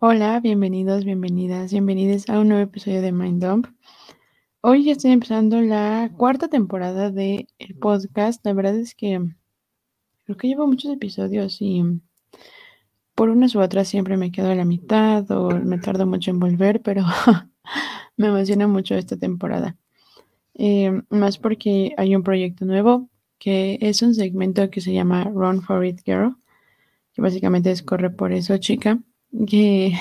Hola, bienvenidos, bienvenidas, bienvenidos a un nuevo episodio de Mind Dump. Hoy ya estoy empezando la cuarta temporada del podcast. La verdad es que creo que llevo muchos episodios y por unas u otras siempre me quedo a la mitad o me tardo mucho en volver, pero me emociona mucho esta temporada. Más porque hay un proyecto nuevo que es un segmento que se llama Run for It Girl, que básicamente es corre por eso, chica, que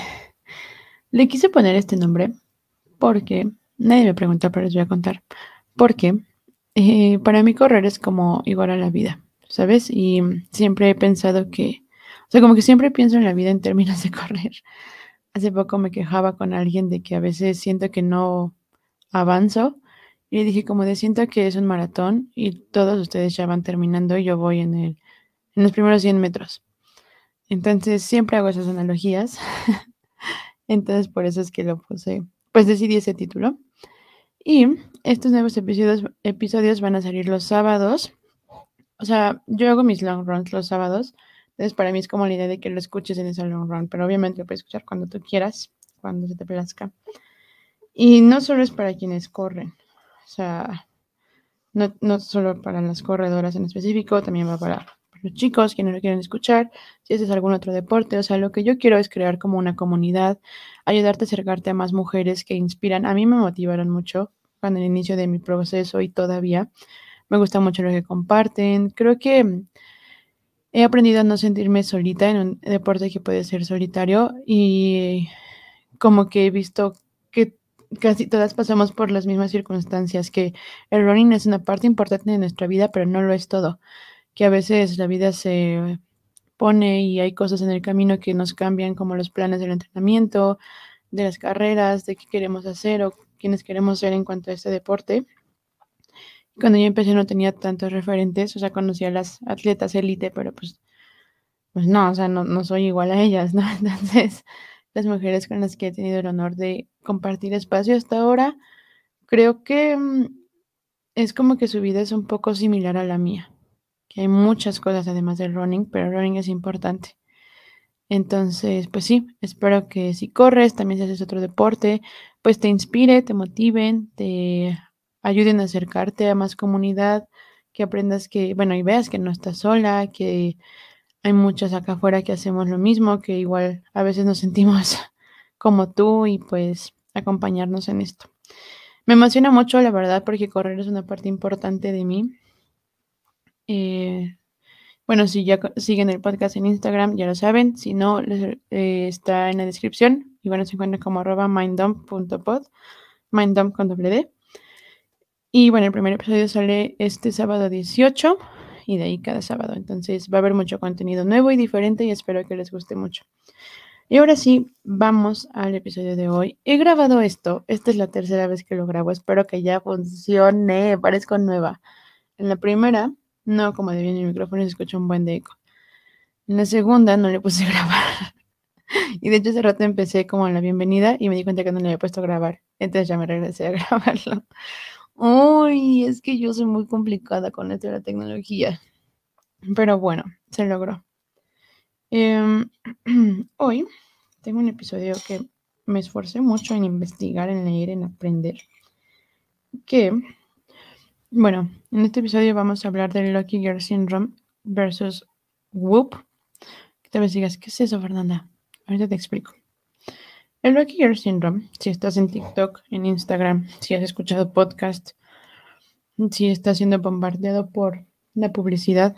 le quise poner este nombre porque nadie me preguntó, pero les voy a contar. Porque para mí correr es como igual a la vida, ¿sabes? Y siempre he pensado o sea, como que siempre pienso en la vida en términos de correr. Hace poco me quejaba con alguien de que a veces siento que no avanzo y le dije como de siento que es un maratón y todos ustedes ya van terminando y yo voy en los primeros 100 metros. Entonces siempre hago esas analogías. Entonces por eso es que lo puse, pues decidí ese título. Y estos nuevos episodios van a salir los sábados. O sea, yo hago mis long runs los sábados. Entonces, para mí es como la idea de que lo escuches en esa long run. Pero obviamente lo puedes escuchar cuando tú quieras, cuando se te plazca. Y no solo es para quienes corren. O sea, no solo para las corredoras en específico, también va para los chicos que no lo quieren escuchar. Si haces algún otro deporte. O sea, lo que yo quiero es crear como una comunidad, ayudarte a acercarte a más mujeres que inspiran. A mí me motivaron mucho cuando el inicio de mi proceso y todavía. Me gusta mucho lo que comparten. Creo que he aprendido a no sentirme solita en un deporte que puede ser solitario y como que he visto que casi todas pasamos por las mismas circunstancias, que el running es una parte importante de nuestra vida, pero no lo es todo, que a veces la vida se pone y hay cosas en el camino que nos cambian, como los planes del entrenamiento, de las carreras, de qué queremos hacer o quiénes queremos ser en cuanto a este deporte. Cuando yo empecé no tenía tantos referentes, o sea, conocía a las atletas élite, pero pues no, o sea, no soy igual a ellas, ¿no? Entonces, las mujeres con las que he tenido el honor de compartir espacio hasta ahora, creo que es como que su vida es un poco similar a la mía, que hay muchas cosas además del running, pero el running es importante. Entonces, pues sí, espero que si corres, también si haces otro deporte, pues te inspire, te motiven, te ayuden a acercarte a más comunidad, que aprendas que, bueno, y veas que no estás sola, que hay muchas acá afuera que hacemos lo mismo, que igual a veces nos sentimos como tú y pues acompañarnos en esto. Me emociona mucho, la verdad, porque correr es una parte importante de mí. Eh, bueno, si ya siguen el podcast en Instagram, ya lo saben. Si no, está en la descripción. Y bueno, se encuentra como @minddump.pod, minddump con doble D. Y bueno, el primer episodio sale este sábado 18 y de ahí cada sábado. Entonces va a haber mucho contenido nuevo y diferente y espero que les guste mucho. Y ahora sí, vamos al episodio de hoy. He grabado esto. Esta es la tercera vez que lo grabo. Espero que ya funcione. Parezco nueva. En la primera, no, como de bien el micrófono se escucha un buen de eco. En la segunda no le puse a grabar. Y de hecho hace rato empecé como en la bienvenida y me di cuenta que no le había puesto a grabar. Entonces ya me regresé a grabarlo. Uy, es que yo soy muy complicada con esto de la tecnología. Pero bueno, se logró. Em, hoy tengo un episodio que me esforcé mucho en investigar, en leer, en aprender. Que, bueno, en este episodio vamos a hablar del Lucky Girl Syndrome versus Whoop. Que te vez digas, ¿qué es eso, Fernanda? Ahorita te explico. El Lucky Girl Syndrome, si estás en TikTok, en Instagram, si has escuchado podcast, si estás siendo bombardeado por la publicidad,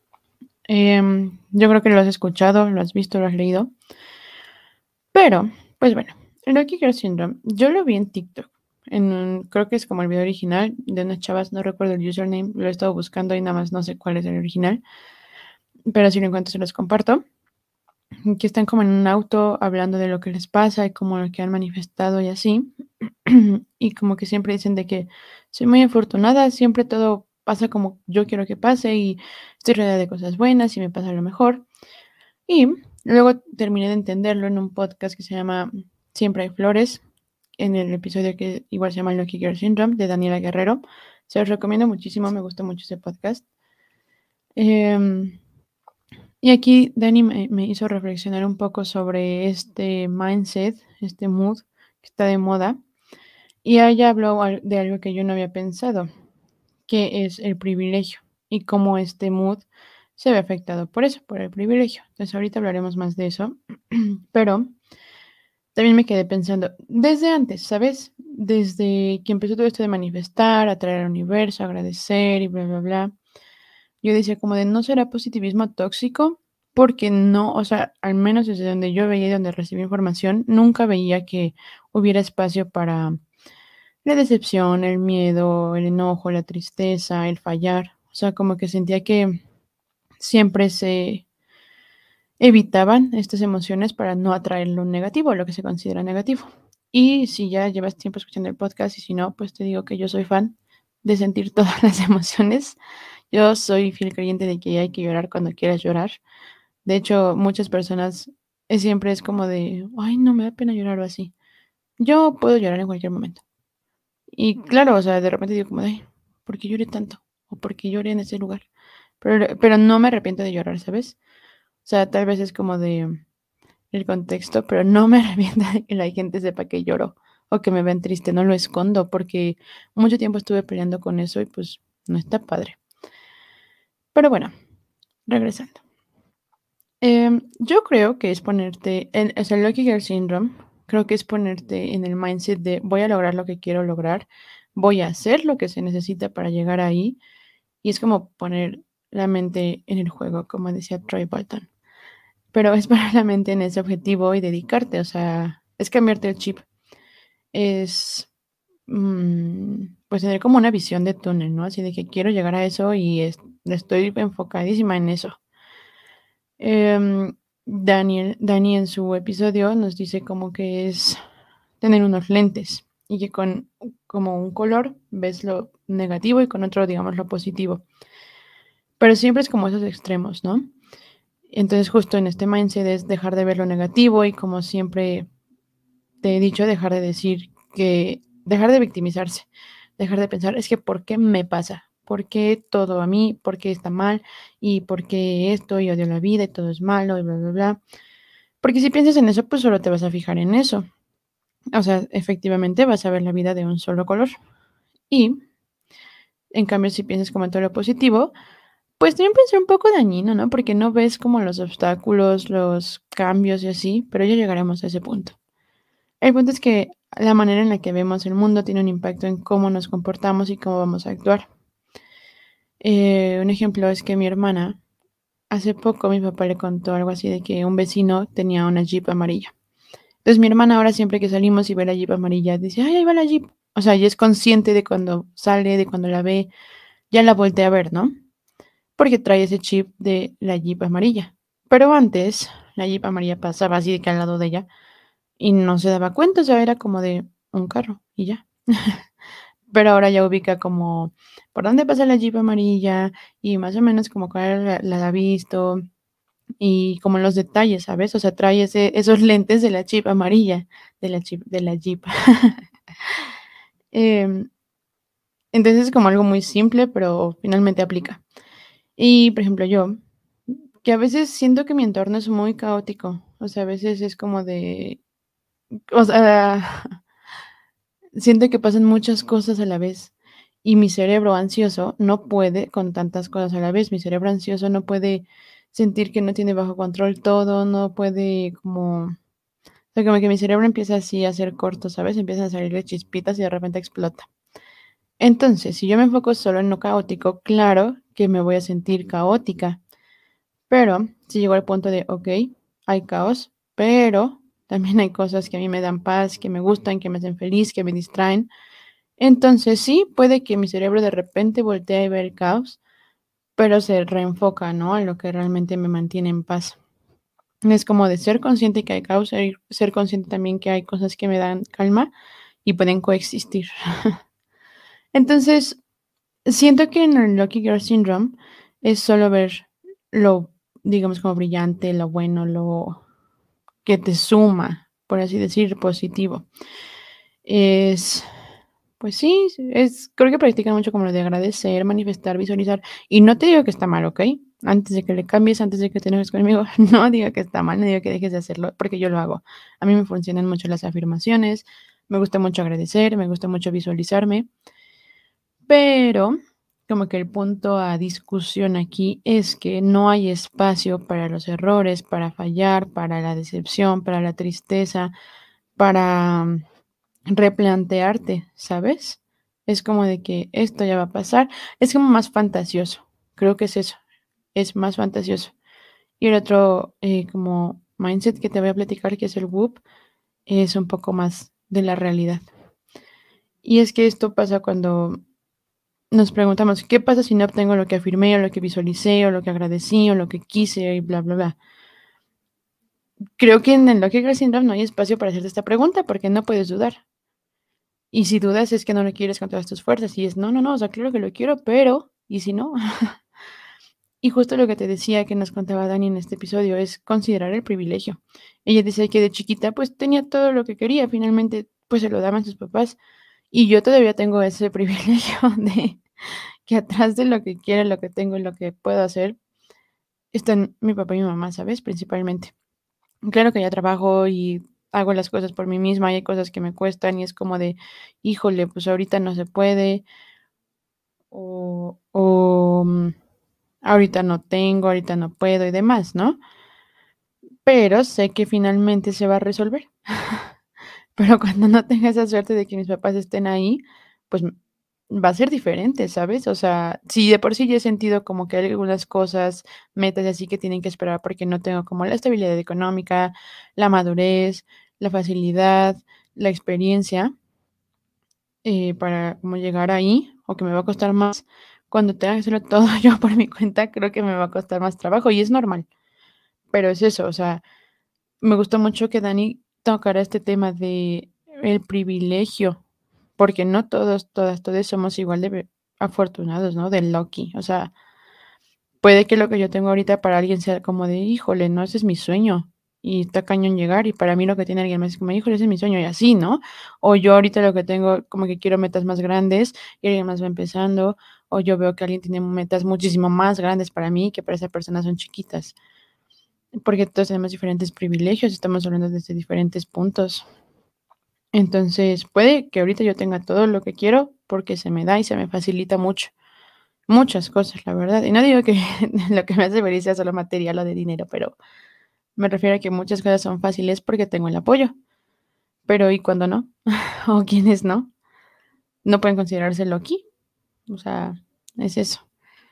yo creo que lo has escuchado, lo has visto, lo has leído. Pero, pues bueno, el Lucky Girl Syndrome, yo lo vi en TikTok. Creo que es como el video original de unas chavas, no recuerdo el username, lo he estado buscando y nada más no sé cuál es el original, pero si lo encuentro se los comparto. Que están como en un auto hablando de lo que les pasa y como lo que han manifestado y así. Y como que siempre dicen de que soy muy afortunada, siempre todo pasa como yo quiero que pase y estoy rodeada de cosas buenas y me pasa lo mejor. Y luego terminé de entenderlo en un podcast que se llama Siempre hay flores, en el episodio que igual se llama Lucky Girl Syndrome de Daniela Guerrero. Se los recomiendo muchísimo, me gusta mucho ese podcast. Em, Y aquí Dani me hizo reflexionar un poco sobre este mindset, este mood que está de moda. Y ella habló de algo que yo no había pensado, que es el privilegio y cómo este mood se ve afectado por eso, por el privilegio. Entonces ahorita hablaremos más de eso, pero también me quedé pensando, desde antes, ¿sabes? Desde que empezó todo esto de manifestar, atraer al universo, agradecer y bla, bla, bla. Yo decía como de no será positivismo tóxico, porque no, o sea, al menos desde donde yo veía y donde recibí información, nunca veía que hubiera espacio para la decepción, el miedo, el enojo, la tristeza, el fallar. O sea, como que sentía que siempre se evitaban estas emociones para no atraer lo negativo, lo que se considera negativo. Y si ya llevas tiempo escuchando el podcast y si no, pues te digo que yo soy fan de sentir todas las emociones. Yo soy fiel creyente de que hay que llorar cuando quieras llorar. De hecho, muchas personas siempre es como de, ay, no me da pena llorar o así. Yo puedo llorar en cualquier momento. Y claro, o sea, de repente digo como de, ay, ¿por qué lloré tanto? O ¿por qué lloré en ese lugar? Pero no me arrepiento de llorar, ¿sabes? O sea, tal vez es como de el contexto, pero no me arrepiento de que la gente sepa que lloro o que me ven triste, no lo escondo porque mucho tiempo estuve peleando con eso y pues no está padre. Pero bueno, regresando. Yo creo que es ponerte, o sea, el Lucky Girl Syndrome, creo que es ponerte en el mindset de voy a lograr lo que quiero lograr, voy a hacer lo que se necesita para llegar ahí, y es como poner la mente en el juego, como decía Troy Bolton. Pero es poner la mente en ese objetivo y dedicarte, o sea, es cambiarte el chip, es pues tener como una visión de túnel, ¿no? Así de que quiero llegar a eso y estoy enfocadísima en eso. Dani en su episodio nos dice como que es tener unos lentes y que con como un color ves lo negativo y con otro, digamos, lo positivo. Pero siempre es como esos extremos, ¿no? Entonces justo en este mindset es dejar de ver lo negativo y como siempre te he dicho, dejar de decir que, dejar de victimizarse, dejar de pensar, es que ¿por qué me pasa? ¿Por qué todo a mí? ¿Por qué está mal? ¿Y por qué esto? Y odio la vida y todo es malo y bla, bla, bla. Porque si piensas en eso, pues solo te vas a fijar en eso. O sea, efectivamente vas a ver la vida de un solo color. Y, en cambio, si piensas como en todo lo positivo, pues también puede ser un poco dañino, ¿no? Porque no ves como los obstáculos, los cambios y así, pero ya llegaremos a ese punto. El punto es que la manera en la que vemos el mundo tiene un impacto en cómo nos comportamos y cómo vamos a actuar. Un ejemplo es que mi hermana, hace poco mi papá le contó algo así de que un vecino tenía una Jeep amarilla. Entonces mi hermana ahora siempre que salimos y ve la Jeep amarilla, dice, ay, ahí va la Jeep. O sea, ella es consciente de cuando sale, de cuando la ve, ya la voltea a ver, ¿no? Porque trae ese chip de la Jeep amarilla. Pero antes, la Jeep amarilla pasaba así de que al lado de ella y no se daba cuenta, o sea, era como de un carro y ya. Pero ahora ya ubica como por dónde pasa la Jeep amarilla y más o menos como cuál la ha visto y como los detalles, ¿sabes? O sea, trae esos lentes de la Jeep amarilla, de la Jeep. Em, entonces es como algo muy simple, pero finalmente aplica. Y, por ejemplo, yo, que a veces siento que mi entorno es muy caótico, o sea, a veces es como de, o sea, siento que pasan muchas cosas a la vez y mi cerebro ansioso no puede con tantas cosas a la vez. Mi cerebro ansioso no puede sentir que no tiene bajo control todo, no puede como, o sea, como que mi cerebro empieza así a hacer corto, ¿sabes? Empiezan a salirle chispitas y de repente explota. Entonces, si yo me enfoco solo en lo caótico, claro que me voy a sentir caótica, pero si llego al punto de, ok, hay caos, pero también hay cosas que a mí me dan paz, que me gustan, que me hacen feliz, que me distraen. Entonces sí, puede que mi cerebro de repente voltee y ve el caos, pero se reenfoca, ¿no? A lo que realmente me mantiene en paz. Es como de ser consciente que hay caos, ser consciente también que hay cosas que me dan calma y pueden coexistir. Entonces, siento que en el Lucky Girl Syndrome es solo ver lo, digamos, como brillante, lo bueno, lo que te suma, por así decir, positivo. Es Pues sí, creo que practican mucho como lo de agradecer, manifestar, visualizar. Y no te digo que está mal, ¿ok? Antes de que le cambies, antes de que te enojes conmigo, no diga que está mal, no diga que dejes de hacerlo, porque yo lo hago. A mí me funcionan mucho las afirmaciones, me gusta mucho agradecer, me gusta mucho visualizarme, pero como que el punto a discusión aquí es que no hay espacio para los errores, para fallar, para la decepción, para la tristeza, para replantearte, ¿sabes? Es como de que esto ya va a pasar, es como más fantasioso, creo que es eso, es más fantasioso. Y el otro como mindset que te voy a platicar, que es el WOOP, es un poco más de la realidad. Y es que esto pasa cuando nos preguntamos, ¿qué pasa si no obtengo lo que afirmé, o lo que visualicé, o lo que agradecí, o lo que quise, y bla, bla, bla? Creo que en el Lucky Girl Syndrome no hay espacio para hacerte esta pregunta porque no puedes dudar. Y si dudas es que no lo quieres con todas tus fuerzas. Y es, no, no, no, o sea, claro que lo quiero, pero, ¿y si no? Y justo lo que te decía que nos contaba Dani en este episodio es considerar el privilegio. Ella decía que de chiquita pues tenía todo lo que quería, finalmente pues se lo daban sus papás. Y yo todavía tengo ese privilegio de que atrás de lo que quiero, lo que tengo y lo que puedo hacer, están mi papá y mi mamá, ¿sabes? Principalmente. Claro que ya trabajo y hago las cosas por mí misma y hay cosas que me cuestan y es como de, híjole, pues ahorita no se puede o ahorita no tengo, ahorita no puedo y demás, ¿no? Pero sé que finalmente se va a resolver. Pero cuando no tenga esa suerte de que mis papás estén ahí, pues va a ser diferente, ¿sabes? O sea, si de por sí ya he sentido como que hay algunas cosas, metas así que tienen que esperar porque no tengo como la estabilidad económica, la madurez, la facilidad, la experiencia para como llegar ahí, o que me va a costar más, cuando tenga que hacerlo todo yo por mi cuenta, creo que me va a costar más trabajo y es normal. Pero es eso, o sea, me gustó mucho que Dani tocara este tema de el privilegio, porque no todos, todas, todos somos igual de afortunados, ¿no? De lucky. O sea, puede que lo que yo tengo ahorita para alguien sea como de, híjole, no, ese es mi sueño. Y está cañón llegar. Y para mí lo que tiene alguien más es como, híjole, ese es mi sueño. Y así, ¿no? O yo ahorita lo que tengo, como que quiero metas más grandes y alguien más va empezando. O yo veo que alguien tiene metas muchísimo más grandes para mí que para esa persona son chiquitas. Porque todos tenemos diferentes privilegios, estamos hablando desde diferentes puntos. Entonces, puede que ahorita yo tenga todo lo que quiero porque se me da y se me facilita mucho. Muchas cosas, la verdad. Y no digo que lo que me hace feliz sea solo material o de dinero, pero me refiero a que muchas cosas son fáciles porque tengo el apoyo. Pero ¿y cuando no? O quienes no, no pueden considerárselo aquí. O sea, es eso.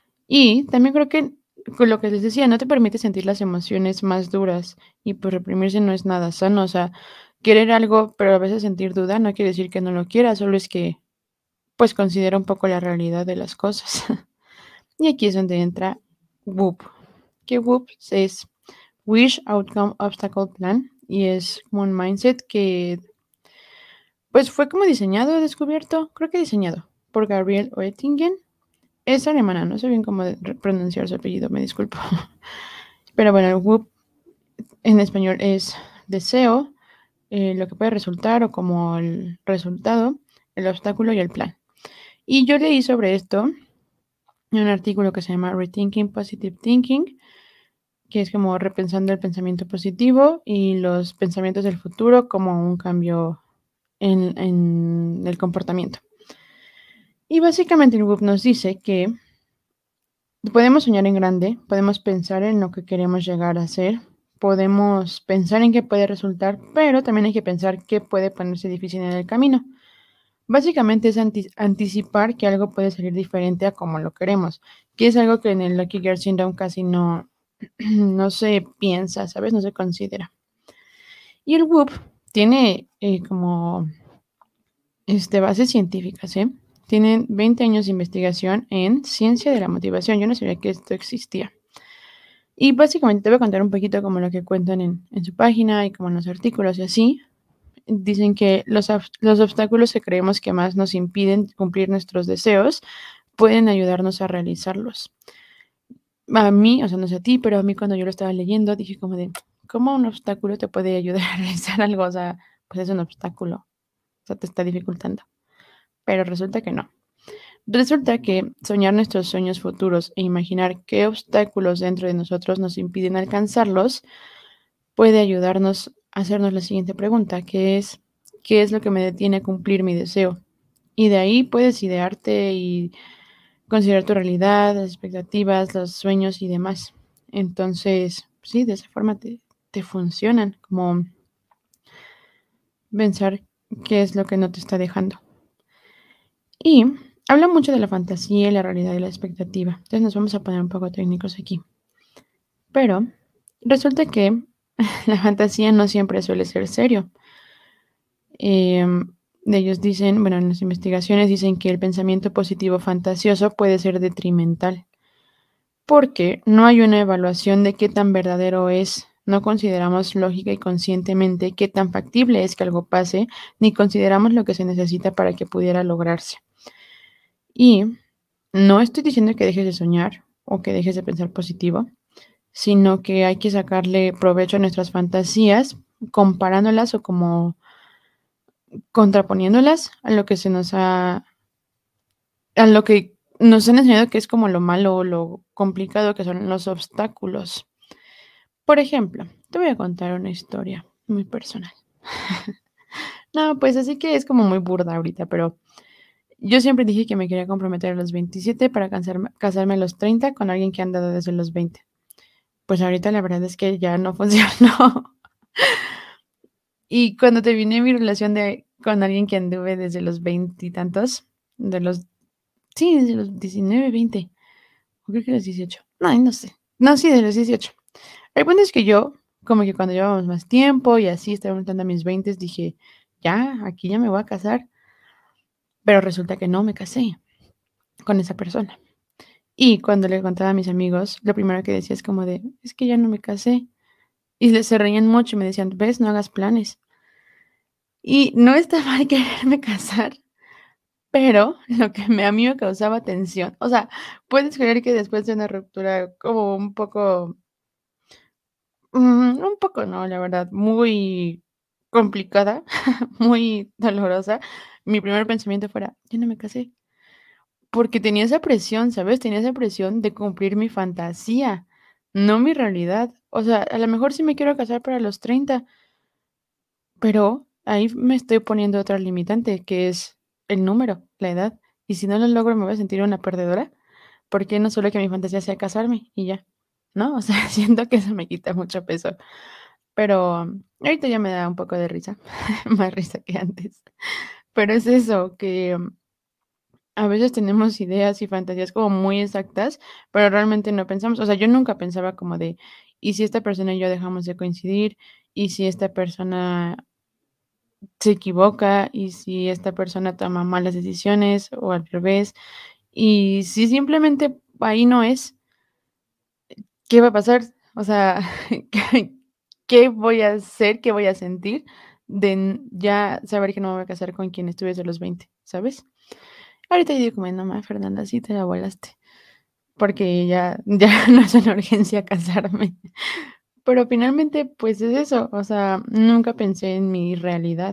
Y también creo que con lo que les decía, no te permite sentir las emociones más duras y pues reprimirse no es nada sano. O sea, querer algo, pero a veces sentir duda no quiere decir que no lo quieras, solo es que pues considera un poco la realidad de las cosas. Y aquí es donde entra WOOP, que WOOP es Wish Outcome Obstacle Plan y es como un mindset que pues fue como diseñado, descubierto, creo que diseñado por Gabriel Oettingen. Es alemana, no sé bien cómo pronunciar su apellido, me disculpo. Pero bueno, el WOOP en español es deseo, lo que puede resultar o como el resultado, el obstáculo y el plan. Y yo leí sobre esto en un artículo que se llama Rethinking Positive Thinking, que es como repensando el pensamiento positivo y los pensamientos del futuro como un cambio en el comportamiento. Y básicamente el WOOP nos dice que podemos soñar en grande, podemos pensar en lo que queremos llegar a ser, podemos pensar en qué puede resultar, pero también hay que pensar qué puede ponerse difícil en el camino. Básicamente es anticipar que algo puede salir diferente a como lo queremos, que es algo que en el Lucky Girl Syndrome casi no, no se piensa, ¿sabes? No se considera. Y el WOOP tiene como bases científicas, ¿eh? Tienen 20 años de investigación en ciencia de la motivación. Yo no sabía que esto existía. Y básicamente te voy a contar un poquito como lo que cuentan en su página y como en los artículos y así. Dicen que los obstáculos que creemos que más nos impiden cumplir nuestros deseos pueden ayudarnos a realizarlos. A mí, o sea, no sé a ti, pero a mí cuando yo lo estaba leyendo dije como de, ¿cómo un obstáculo te puede ayudar a realizar algo? O sea, pues es un obstáculo, o sea, te está dificultando. Pero resulta que no. Resulta que soñar nuestros sueños futuros e imaginar qué obstáculos dentro de nosotros nos impiden alcanzarlos puede ayudarnos a hacernos la siguiente pregunta, que es, ¿qué es lo que me detiene a cumplir mi deseo? Y de ahí puedes idearte y considerar tu realidad, las expectativas, los sueños y demás. Entonces, sí, de esa forma te funcionan, como pensar qué es lo que no te está dejando. Y habla mucho de la fantasía, la realidad y la expectativa. Entonces nos vamos a poner un poco técnicos aquí. Pero resulta que la fantasía no siempre suele ser serio. Ellos dicen, bueno, en las investigaciones dicen que el pensamiento positivo fantasioso puede ser detrimental porque no hay una evaluación de qué tan verdadero es. No consideramos lógica y conscientemente qué tan factible es que algo pase, ni consideramos lo que se necesita para que pudiera lograrse. Y no estoy diciendo que dejes de soñar o que dejes de pensar positivo, sino que hay que sacarle provecho a nuestras fantasías, comparándolas o como contraponiéndolas a lo que nos han enseñado que es como lo malo o lo complicado que son los obstáculos. Por ejemplo, te voy a contar una historia muy personal. No, pues así que es como muy burda ahorita, pero yo siempre dije que me quería comprometer a los 27 para casarme a los 30 con alguien que ha andado desde los 20. Pues ahorita la verdad es que ya no funcionó. Y cuando terminé mi relación con alguien que anduve desde los 20 y tantos, de los, sí, desde los 19, 20, o creo que los 18. No, no sé. No, sí, de los 18. El punto es que yo, como que cuando llevábamos más tiempo y así estaba entrando a mis 20, dije, ya, aquí ya me voy a casar. Pero resulta que no me casé con esa persona. Y cuando le contaba a mis amigos, lo primero que decía es como de, es que ya no me casé. Y se reían mucho y me decían, ves, no hagas planes. Y no está mal quererme casar, pero lo que a mí me causaba tensión, o sea, puedes creer que después de una ruptura como un poco no, la verdad, muy complicada, muy dolorosa, mi primer pensamiento fuera, ya no me casé, porque tenía esa presión, ¿sabes? Tenía esa presión de cumplir mi fantasía, no mi realidad. O sea, a lo mejor sí me quiero casar para los 30, pero ahí me estoy poniendo otra limitante, que es el número, la edad. Y si no lo logro, me voy a sentir una perdedora. ¿Por qué no solo que mi fantasía sea casarme y ya? ¿No? O sea, siento que eso me quita mucho peso. Pero ahorita ya me da un poco de risa, más risa que antes. Pero es eso, que a veces tenemos ideas y fantasías como muy exactas, pero realmente no pensamos. O sea, yo nunca pensaba como de, ¿y si esta persona y yo dejamos de coincidir? ¿Y si esta persona se equivoca? ¿Y si esta persona toma malas decisiones o al revés? Y si simplemente ahí no es, ¿qué va a pasar? O sea, ¿qué voy a hacer? ¿Qué voy a sentir ya saber que no me voy a casar con quien estuve desde los 20, ¿sabes? Ahorita yo digo como, no más, Fernanda, sí te la volaste, porque ya no es una urgencia casarme. Pero finalmente, pues es eso, o sea, nunca pensé en mi realidad.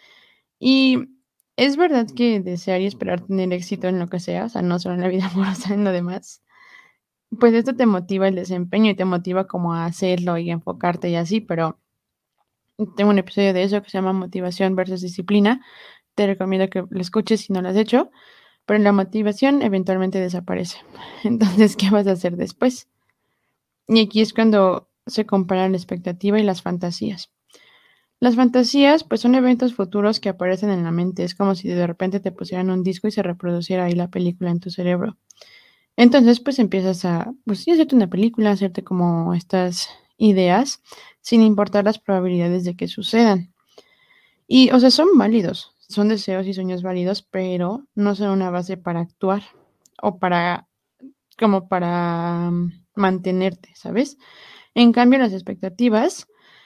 Y es verdad que desear y esperar tener éxito en lo que sea, o sea, no solo en la vida amorosa, en lo demás, pues esto te motiva el desempeño y te motiva como a hacerlo y enfocarte y así, pero tengo un episodio de eso que se llama Motivación versus Disciplina. Te recomiendo que lo escuches si no lo has hecho, pero la motivación eventualmente desaparece. Entonces, ¿qué vas a hacer después? Y aquí es cuando se comparan la expectativa y las fantasías. Las fantasías, pues son eventos futuros que aparecen en la mente. Es como si de repente te pusieran un disco y se reproduciera ahí la película en tu cerebro. Entonces, pues empiezas pues sí, hacerte una película, hacerte como estas ideas, sin importar las probabilidades de que sucedan. Y, o sea, son válidos, son deseos y sueños válidos, pero no son una base para actuar o como para mantenerte, ¿sabes? En cambio, las expectativas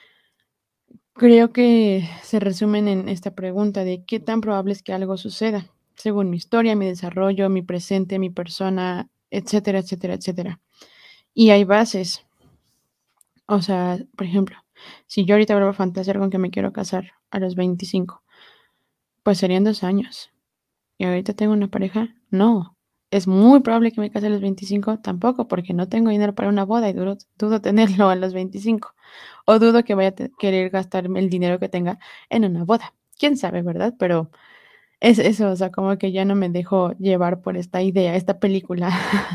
creo que se resumen en esta pregunta de qué tan probable es que algo suceda, según mi historia, mi desarrollo, mi presente, mi persona, etcétera, etcétera, etcétera. Y hay bases. O sea, por ejemplo, si yo ahorita vuelvo a fantasear con que me quiero casar a los 25, pues serían 2 años. Y ahorita tengo una pareja, No. ¿Es muy probable que me case a los 25? Tampoco, porque no tengo dinero para una boda y dudo tenerlo a los 25. O dudo que vaya a querer gastarme el dinero que tenga en una boda. Quién sabe, ¿verdad? Pero es eso, o sea, como que ya no me dejo llevar por esta idea, esta película.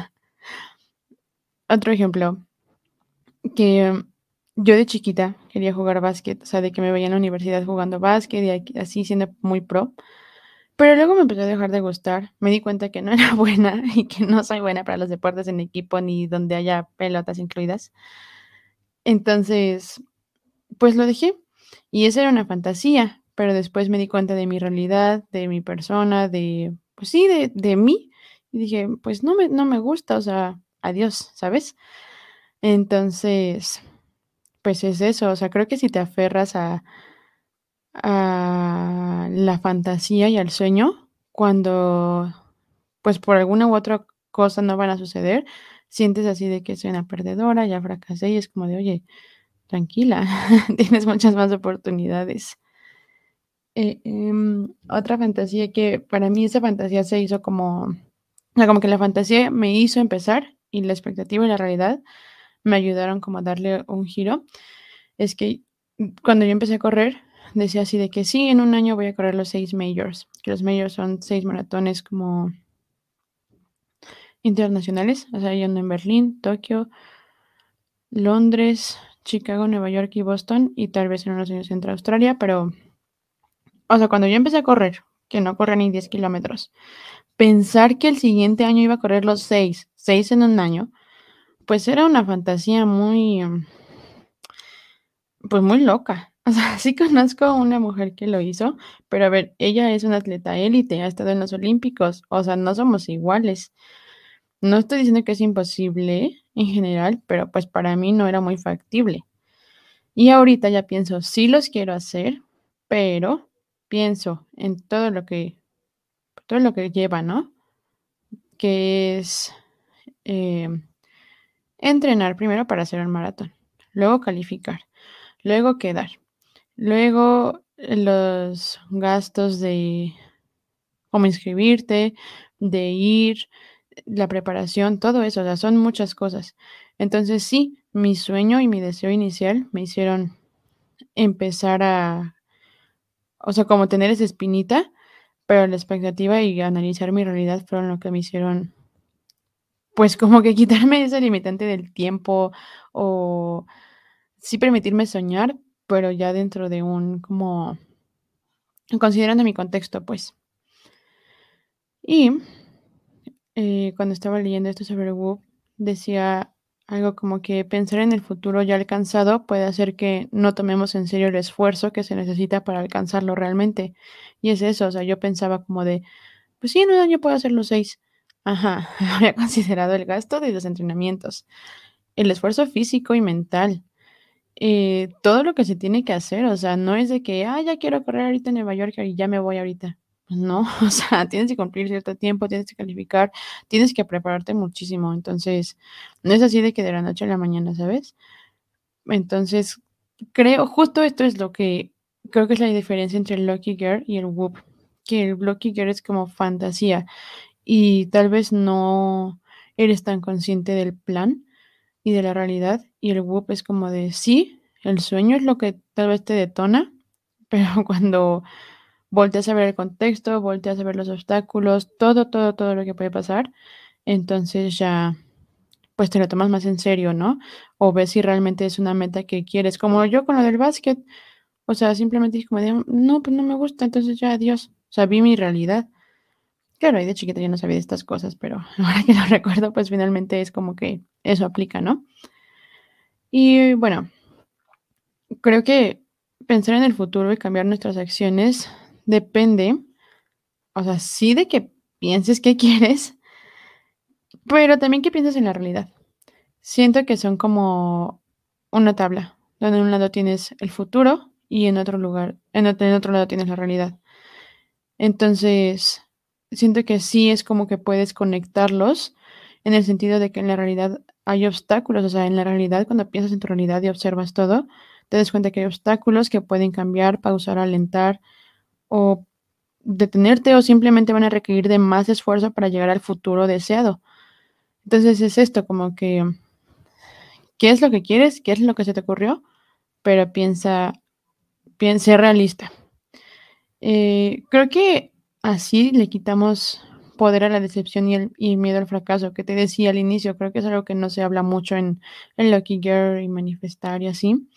Otro ejemplo, que yo de chiquita quería jugar básquet, o sea, de que me veía en la universidad jugando básquet y así siendo muy pro. Pero luego me empezó a dejar de gustar, me di cuenta que no era buena y que no soy buena para los deportes en equipo ni donde haya pelotas incluidas. Entonces, pues lo dejé y esa era una fantasía, pero después me di cuenta de mi realidad, de mi persona, pues sí, de mí y dije, pues no me gusta, o sea, adiós, ¿sabes? Entonces, pues es eso, o sea, creo que si te aferras a la fantasía y al sueño, cuando pues por alguna u otra cosa no van a suceder, sientes así de que soy una perdedora, ya fracasé y es como de, oye, tranquila, tienes muchas más oportunidades. Otra fantasía que para mí esa fantasía se hizo como, o sea, como que la fantasía me hizo empezar y la expectativa y la realidad me ayudaron como a darle un giro. Es que cuando yo empecé a correr, decía así de que sí, en un año voy a correr los 6 majors, que los majors son 6 maratones como internacionales, o sea, yendo en Berlín, Tokio, Londres, Chicago, Nueva York y Boston, y tal vez en unos años entre Australia, pero, o sea, cuando yo empecé a correr, que no corría ni 10 kilómetros, pensar que el siguiente año iba a correr los 6 en un año, pues era una fantasía muy, pues muy loca. O sea, sí conozco a una mujer que lo hizo, pero a ver, ella es una atleta élite, ha estado en los Olímpicos, o sea, no somos iguales. No estoy diciendo que es imposible en general, pero pues para mí no era muy factible. Y ahorita ya pienso, sí los quiero hacer, pero pienso en todo lo que lleva, ¿no? Que es entrenar primero para hacer un maratón, luego calificar, luego quedar, luego los gastos de cómo inscribirte, de ir, la preparación, todo eso, o sea, son muchas cosas. Entonces sí, mi sueño y mi deseo inicial me hicieron empezar o sea, como tener esa espinita, pero la expectativa y analizar mi realidad fueron lo que me hicieron, pues como que quitarme esa limitante del tiempo o sí permitirme soñar, pero ya dentro de como, considerando mi contexto, pues. Y cuando estaba leyendo esto sobre Whoop, decía algo como que pensar en el futuro ya alcanzado puede hacer que no tomemos en serio el esfuerzo que se necesita para alcanzarlo realmente. Y es eso, o sea, yo pensaba como de, pues sí, en un año puedo hacer los 6. Ajá, había considerado el gasto de los entrenamientos, el esfuerzo físico y mental, todo lo que se tiene que hacer, o sea, no es de que, ya quiero correr ahorita en Nueva York y ya me voy ahorita. Pues no, o sea, tienes que cumplir cierto tiempo, tienes que calificar, tienes que prepararte muchísimo. Entonces, no es así de que de la noche a la mañana, ¿sabes? Entonces, justo esto es lo que creo que es la diferencia entre el Lucky Girl y el Whoop, que el Lucky Girl es como fantasía y tal vez no eres tan consciente del plan y de la realidad, y el Whoop es como de sí, el sueño es lo que tal vez te detona, pero cuando volteas a ver el contexto, volteas a ver los obstáculos, todo lo que puede pasar, entonces ya pues te lo tomas más en serio, ¿no? O ves si realmente es una meta que quieres, como yo con lo del básquet, o sea, simplemente dije como de, no, pues no me gusta, entonces ya adiós, o sea, vi mi realidad. Claro, y de chiquita yo no sabía de estas cosas, pero ahora que lo recuerdo, pues finalmente es como que eso aplica, ¿no? Y bueno, creo que pensar en el futuro y cambiar nuestras acciones depende, o sea, sí de que pienses qué quieres, pero también que pienses en la realidad. Siento que son como una tabla, donde en un lado tienes el futuro y en otro lugar, en otro lado tienes la realidad. Entonces, siento que sí es como que puedes conectarlos en el sentido de que en la realidad hay obstáculos, o sea, en la realidad cuando piensas en tu realidad y observas todo, te das cuenta que hay obstáculos que pueden cambiar, pausar, alentar o detenerte o simplemente van a requerir de más esfuerzo para llegar al futuro deseado. Entonces es esto, como que, ¿qué es lo que quieres? ¿Qué es lo que se te ocurrió? Pero sé realista. Creo que así le quitamos poder a la decepción y miedo al fracaso, que te decía al inicio, creo que es algo que no se habla mucho en Lucky Girl y manifestar y así.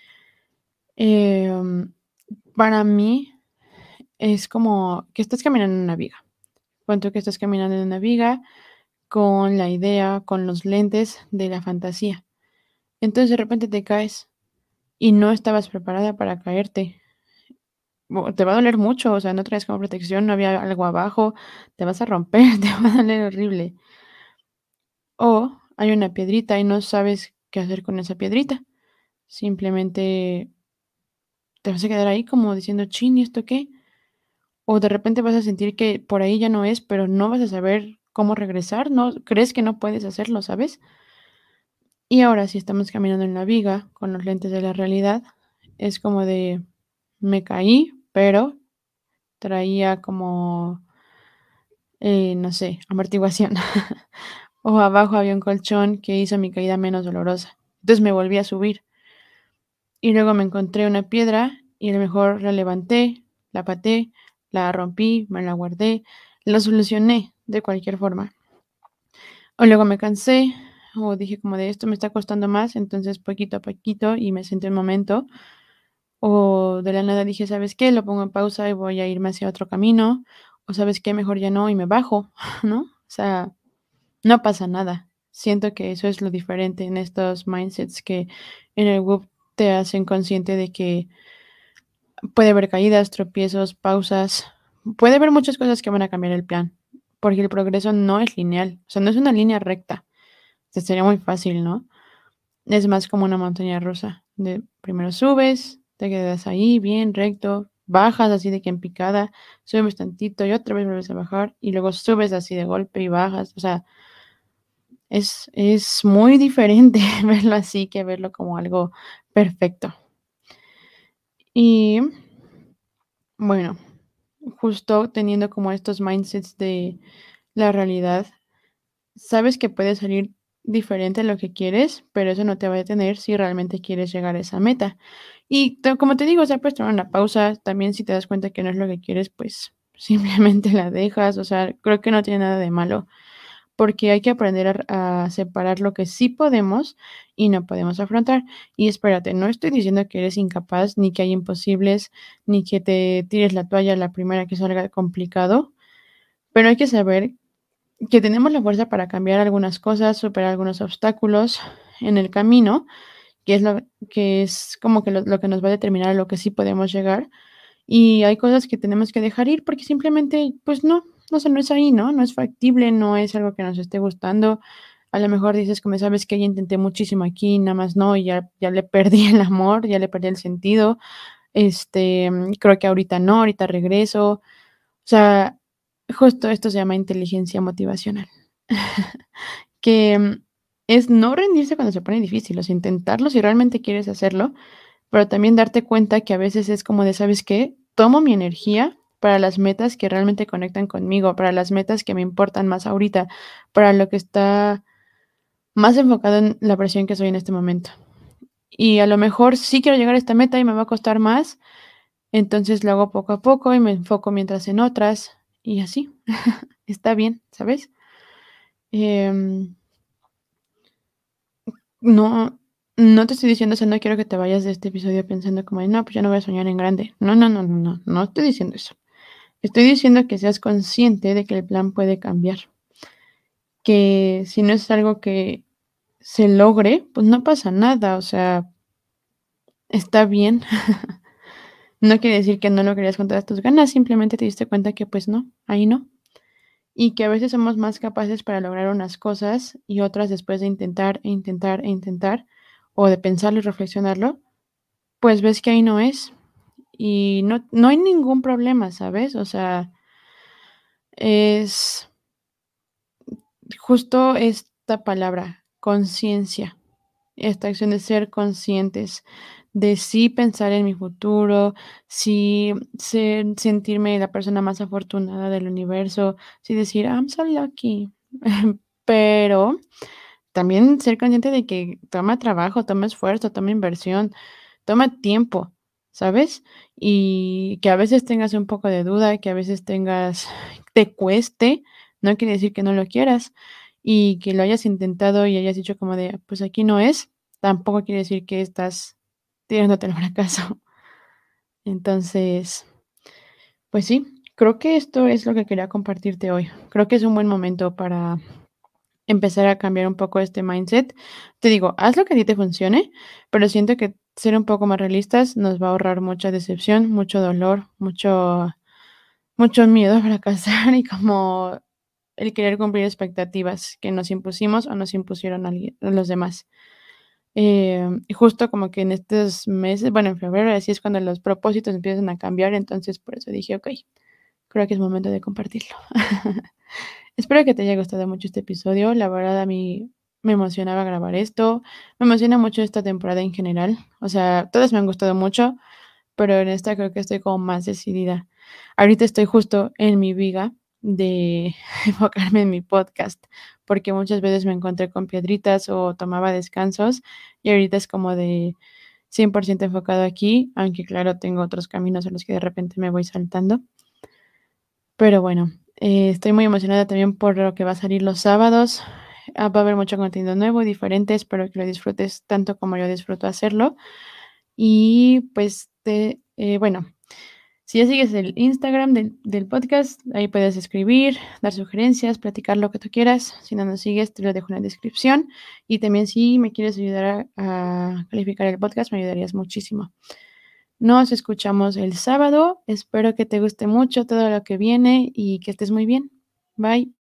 Em, para mí es como que estás caminando en una viga. Cuento que estás caminando en una viga con la idea, con los lentes de la fantasía. Entonces de repente te caes y no estabas preparada para caerte. Te va a doler mucho, o sea, no traes como protección, no había algo abajo, te vas a romper, te va a doler horrible. O hay una piedrita y no sabes qué hacer con esa piedrita. Simplemente te vas a quedar ahí como diciendo, chin, ¿y esto qué? O de repente vas a sentir que por ahí ya no es, pero no vas a saber cómo regresar, no crees que no puedes hacerlo, ¿sabes? Y ahora si estamos caminando en la viga con los lentes de la realidad, es como de me caí, pero traía como no sé, amortiguación. O abajo había un colchón que hizo mi caída menos dolorosa. Entonces me volví a subir y luego me encontré una piedra y a lo mejor la levanté, la pateé, la rompí, me la guardé, lo solucioné de cualquier forma. O luego me cansé o dije como de esto me está costando más, entonces poquito a poquito y me senté un momento. O de la nada dije, ¿sabes qué? Lo pongo en pausa y voy a irme hacia otro camino. O ¿sabes qué? Mejor ya no y me bajo, ¿no? O sea, no pasa nada. Siento que eso es lo diferente en estos mindsets que en el WOOP te hacen consciente de que puede haber caídas, tropiezos, pausas. Puede haber muchas cosas que van a cambiar el plan, porque el progreso no es lineal, o sea, no es una línea recta. Sería muy fácil, ¿no? Es más como una montaña rusa. De primero subes, te quedas ahí bien recto, bajas así de que en picada, subes tantito y otra vez vuelves a bajar y luego subes así de golpe y bajas. O sea, es muy diferente verlo así que verlo como algo perfecto. Y bueno, justo teniendo como estos mindsets de la realidad, sabes que puede salir diferente a lo que quieres, pero eso no te va a detener si realmente quieres llegar a esa meta. Y como te digo, o sea, puedes tomar una pausa, también si te das cuenta que no es lo que quieres, pues simplemente la dejas, o sea, creo que no tiene nada de malo, porque hay que aprender a separar lo que sí podemos y no podemos afrontar. Y espérate, no estoy diciendo que eres incapaz, ni que hay imposibles, ni que te tires la toalla la primera que salga complicado, pero hay que saber que tenemos la fuerza para cambiar algunas cosas, superar algunos obstáculos en el camino, que es lo que es como que lo que nos va a determinar a lo que sí podemos llegar. Y hay cosas que tenemos que dejar ir porque simplemente, pues no, o sea, no es ahí, ¿no? No es factible, no es algo que nos esté gustando. A lo mejor dices, como sabes que ya intenté muchísimo aquí, nada más no, y ya le perdí el amor, ya le perdí el sentido. Creo que ahorita no, ahorita regreso. O sea, justo esto se llama inteligencia motivacional. Que es no rendirse cuando se pone difícil, o sea, intentarlo si realmente quieres hacerlo, pero también darte cuenta que a veces es como de, ¿sabes qué? Tomo mi energía para las metas que realmente conectan conmigo, para las metas que me importan más ahorita, para lo que está más enfocado en la presión que soy en este momento. Y a lo mejor sí quiero llegar a esta meta y me va a costar más, entonces lo hago poco a poco y me enfoco mientras en otras y así. Está bien, ¿sabes? Em, no, no te estoy diciendo, o sea, no quiero que te vayas de este episodio pensando como, no, pues ya no voy a soñar en grande. No, no, no, no, no, no estoy diciendo eso. Estoy diciendo que seas consciente de que el plan puede cambiar, que si no es algo que se logre, pues no pasa nada, o sea, está bien. No quiere decir que no lo querías con todas tus ganas, simplemente te diste cuenta que pues no, ahí no. Y que a veces somos más capaces para lograr unas cosas y otras después de intentar e intentar e intentar, o de pensarlo y reflexionarlo, pues ves que ahí no es. Y no hay ningún problema, ¿sabes? O sea, es justo esta palabra, conciencia, esta acción de ser conscientes, de sí pensar en mi futuro, sí sentirme la persona más afortunada del universo, sí decir: "I'm so lucky". Pero también ser consciente de que toma trabajo, toma esfuerzo, toma inversión, toma tiempo, ¿sabes? Y que a veces tengas un poco de duda, que a veces te cueste, no quiere decir que no lo quieras, y que lo hayas intentado y hayas dicho como de, pues aquí no es, tampoco quiere decir que estás tirándote al fracaso. Entonces, pues sí, creo que esto es lo que quería compartirte hoy. Creo que es un buen momento para empezar a cambiar un poco este mindset. Te digo, haz lo que a ti te funcione, pero siento que ser un poco más realistas nos va a ahorrar mucha decepción, mucho dolor, mucho miedo a fracasar y como el querer cumplir expectativas que nos impusimos o nos impusieron los demás. Y justo como que en estos meses, bueno, en febrero, así es cuando los propósitos empiezan a cambiar, entonces por eso dije, ok, creo que es momento de compartirlo. Espero que te haya gustado mucho este episodio. La verdad, a mí me emocionaba grabar esto. Me emociona mucho esta temporada en general. O sea, todas me han gustado mucho, pero en esta creo que estoy como más decidida. Ahorita estoy justo en mi viga de enfocarme en mi podcast, porque muchas veces me encontré con piedritas o tomaba descansos y ahorita es como de 100% enfocado aquí, aunque claro, tengo otros caminos a los que de repente me voy saltando. Pero bueno, estoy muy emocionada también por lo que va a salir los sábados. Va a haber mucho contenido nuevo y diferente. Espero que lo disfrutes tanto como yo disfruto hacerlo. Y pues, bueno, si ya sigues el Instagram del podcast, ahí puedes escribir, dar sugerencias, platicar lo que tú quieras. Si no nos sigues, te lo dejo en la descripción. Y también si me quieres ayudar a calificar el podcast, me ayudarías muchísimo. Nos escuchamos el sábado. Espero que te guste mucho todo lo que viene y que estés muy bien. Bye.